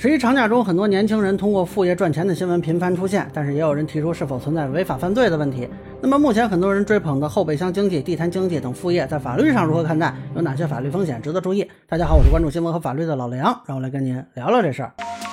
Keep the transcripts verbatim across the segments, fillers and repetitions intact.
十一长假中，很多年轻人通过副业赚钱的新闻频繁出现，但是也有人提出是否存在违法犯罪的问题。那么目前很多人追捧的后备箱经济、地摊经济等副业，在法律上如何看待？有哪些法律风险值得注意？大家好，我是关注新闻和法律的老梁，让我来跟您聊聊这事儿。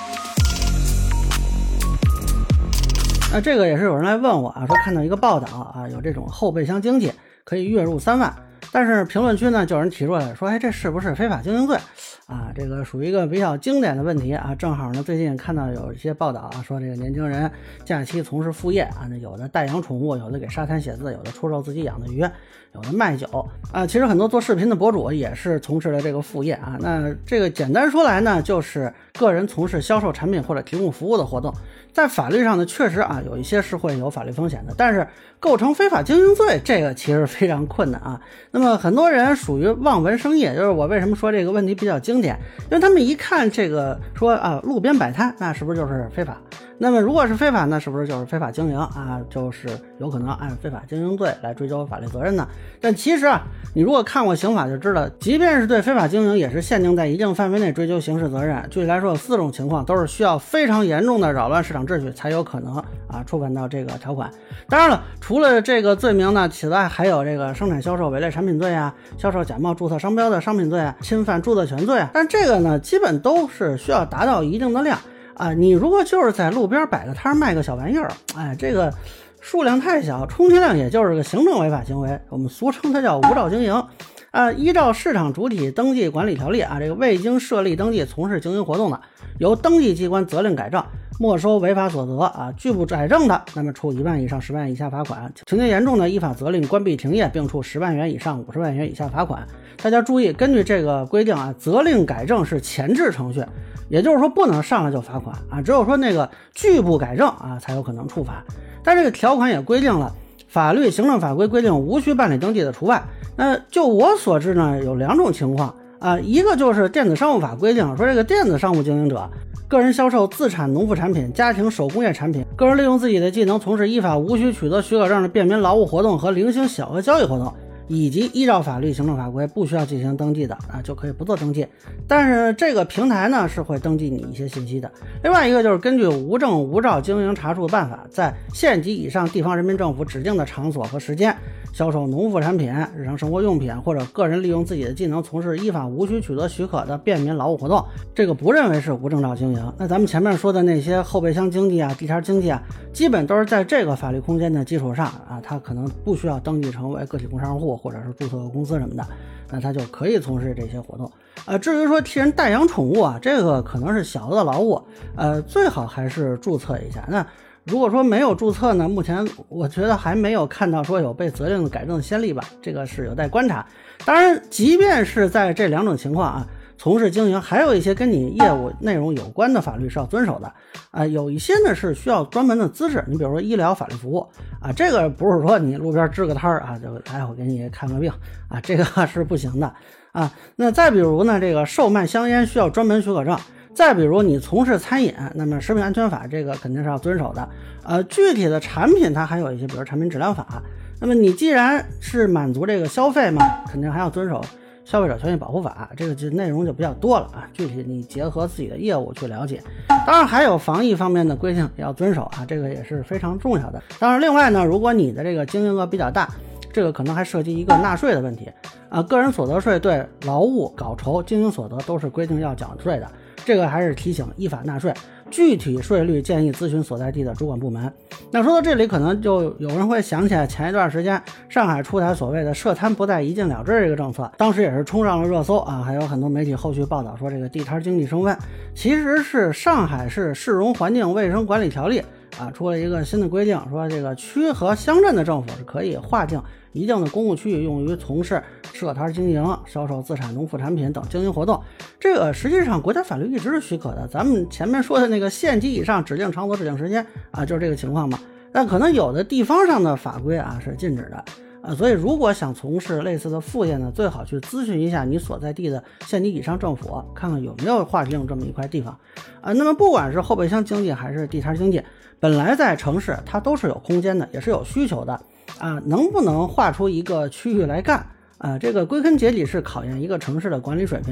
那这个也是有人来问我啊，说看到一个报道啊，有这种后备箱经济可以月入三万。但是评论区呢，就有人提出来说，哎，这是不是非法经营罪啊？这个属于一个比较经典的问题啊。正好呢，最近看到有一些报道啊，说这个年轻人假期从事副业啊，那有的代养宠物，有的给沙滩写字，有的出售自己养的鱼，有的卖酒啊。其实很多做视频的博主也是从事了这个副业啊。那这个简单说来呢，就是个人从事销售产品或者提供服务的活动，在法律上呢，确实啊有一些是会有法律风险的，但是构成非法经营罪，这个其实非常困难啊。那么很多人属于望文生义，就是我为什么说这个问题比较经典，因为他们一看这个说啊路边摆摊，那是不是就是非法？那么如果是非法，那是不是就是非法经营啊？就是有可能按非法经营罪来追究法律责任呢？但其实啊，你如果看过刑法就知道，即便是对非法经营，也是限定在一定范围内追究刑事责任。具体来说，有四种情况都是需要非常严重的扰乱市场秩序才有可能啊触犯到这个条款。当然了，除了这个罪名呢，此外还有这个生产销售伪劣产品罪啊，销售假冒注册商标的商品罪啊，侵犯著作权罪啊。但这个呢，基本都是需要达到一定的量。啊，你如果就是在路边摆个摊卖个小玩意儿，哎，这个数量太小，充其量也就是个行政违法行为，我们俗称它叫无照经营。啊，依照市场主体登记管理条例啊，这个未经设立登记从事经营活动的，由登记机关责令改正，没收违法所得啊，拒不改正的，那么处一万以上十万元以下罚款；情节严重的，依法责令关闭停业，并处十万元以上五十万元以下罚款。大家注意，根据这个规定啊，责令改正是前置程序，也就是说不能上来就罚款啊，只有说那个拒不改正啊才有可能处罚。但这个条款也规定了，法律行政法规规定无需办理登记的除外。那就我所知呢，有两种情况啊，一个就是电子商务法规定说，这个电子商务经营者个人销售自产农副产品、家庭手工业产品，个人利用自己的技能从事依法无需取得许可证的便民劳务活动和零星小额交易活动，以及依照法律行政法规不需要进行登记的啊，就可以不做登记。但是这个平台呢是会登记你一些信息的。另外一个就是根据无证无照经营查处办法，在县级以上地方人民政府指定的场所和时间销售农副产品、日常生活用品，或者个人利用自己的技能从事依法无需取得许可的便民劳务活动，这个不认为是无证照经营。那咱们前面说的那些后备箱经济啊、地摊经济啊，基本都是在这个法律空间的基础上啊，它可能不需要登记成为个体工商户或者是注册公司什么的，那它就可以从事这些活动。呃，至于说替人代养宠物啊，这个可能是小额的劳务，呃，最好还是注册一下。那如果说没有注册呢，目前我觉得还没有看到说有被责令改正的先例吧，这个是有待观察。当然，即便是在这两种情况啊，从事经营还有一些跟你业务内容有关的法律是要遵守的啊，有一些呢是需要专门的资质，你比如说医疗法律服务啊，这个不是说你路边支个摊儿啊，就来我给你看个病啊，这个是不行的啊。那再比如呢，这个售卖香烟需要专门许可证。再比如你从事餐饮，那么食品安全法这个肯定是要遵守的。呃，具体的产品它还有一些，比如产品质量法。那么你既然是满足这个消费嘛，肯定还要遵守消费者权益保护法，这个就内容就比较多了啊。具体你结合自己的业务去了解。当然还有防疫方面的规定也要遵守啊，这个也是非常重要的。当然另外呢，如果你的这个经营额比较大，这个可能还涉及一个纳税的问题啊。个人所得税对劳务、稿酬、经营所得都是规定要缴税的。这个还是提醒依法纳税，具体税率建议咨询所在地的主管部门。那说到这里，可能就有人会想起来前一段时间上海出台所谓的涉摊不再一禁了之这个政策，当时也是冲上了热搜啊，还有很多媒体后续报道说这个地摊经济升温，其实是上海市市容环境卫生管理条例啊出了一个新的规定，说这个区和乡镇的政府是可以划定一定的公共区域用于从事设摊经营、销售自产农副产品等经营活动。这个实际上国家法律一直是许可的，咱们前面说的那个县级以上指定场所指定时间啊，就是这个情况嘛。但可能有的地方上的法规啊是禁止的啊，所以如果想从事类似的副业呢，最好去咨询一下你所在地的县级以上政府，看看有没有划定这么一块地方啊。那么不管是后备箱经济还是地摊经济，本来在城市它都是有空间的，也是有需求的啊，能不能划出一个区域来干啊，这个归根结底是考验一个城市的管理水平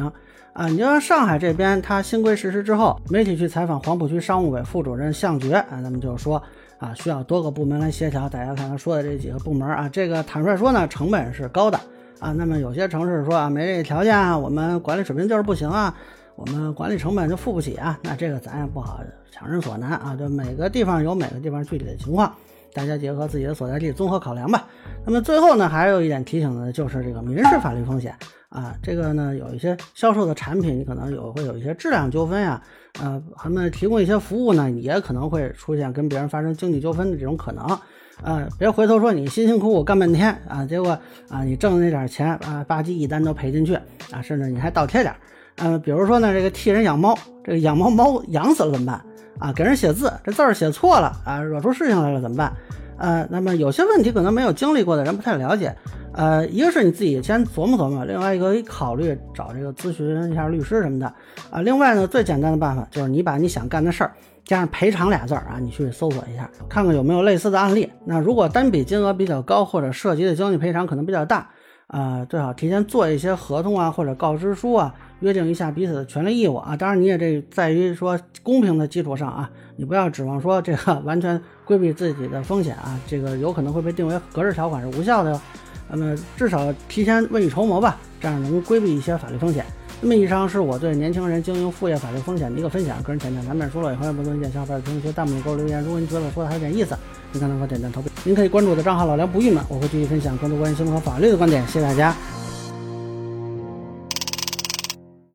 啊，你就像上海这边，它新规实施之后，媒体去采访黄浦区商务委副主任向觉啊，那么就说啊，需要多个部门来协调。大家看他说的这几个部门啊，这个坦率说呢，成本是高的啊。那么有些城市说啊，没这个条件啊，我们管理水平就是不行啊，我们管理成本就付不起啊，那这个咱也不好强人所难啊。就每个地方有每个地方具体的情况，大家结合自己的所在地综合考量吧。那么最后呢，还有一点提醒的就是这个民事法律风险啊，这个呢有一些销售的产品，你可能有会有一些质量纠纷呀、啊，呃，他们提供一些服务呢，也可能会出现跟别人发生经济纠纷的这种可能。呃，别回头说你辛辛苦苦干半天啊，结果啊你挣的那点钱啊，吧唧一单都赔进去啊，甚至你还倒贴点。呃，比如说呢，这个替人养猫，这个养猫猫养死了怎么办啊？给人写字，这字儿写错了啊，惹出事情来了怎么办？呃，那么有些问题可能没有经历过的人不太了解，呃，一个是你自己先琢磨琢磨，另外一个可以考虑找这个咨询一下律师什么的啊。另外呢，最简单的办法就是你把你想干的事儿加上赔偿俩字儿啊，你去搜索一下，看看有没有类似的案例。那如果单笔金额比较高，或者涉及的经济赔偿可能比较大，啊、呃，最好提前做一些合同啊，或者告知书啊，约定一下彼此的权利义务啊。当然，你也这在于说公平的基础上啊，你不要指望说这个完全规避自己的风险啊，这个有可能会被定为格式条款是无效的哟。那么至少提前未雨绸缪吧，这样能规避一些法律风险。那么以上是我对年轻人经营副业法律风险的一个分享，个人浅见难免说了，以后也不做意见，小伙伴评论区弹幕里给我留言。如果您觉得我说的还有点意思，您可能给我点赞投币。您可以关注我的账号老梁不郁闷，我会继续分享更多关于新闻和法律的观点。谢谢大家。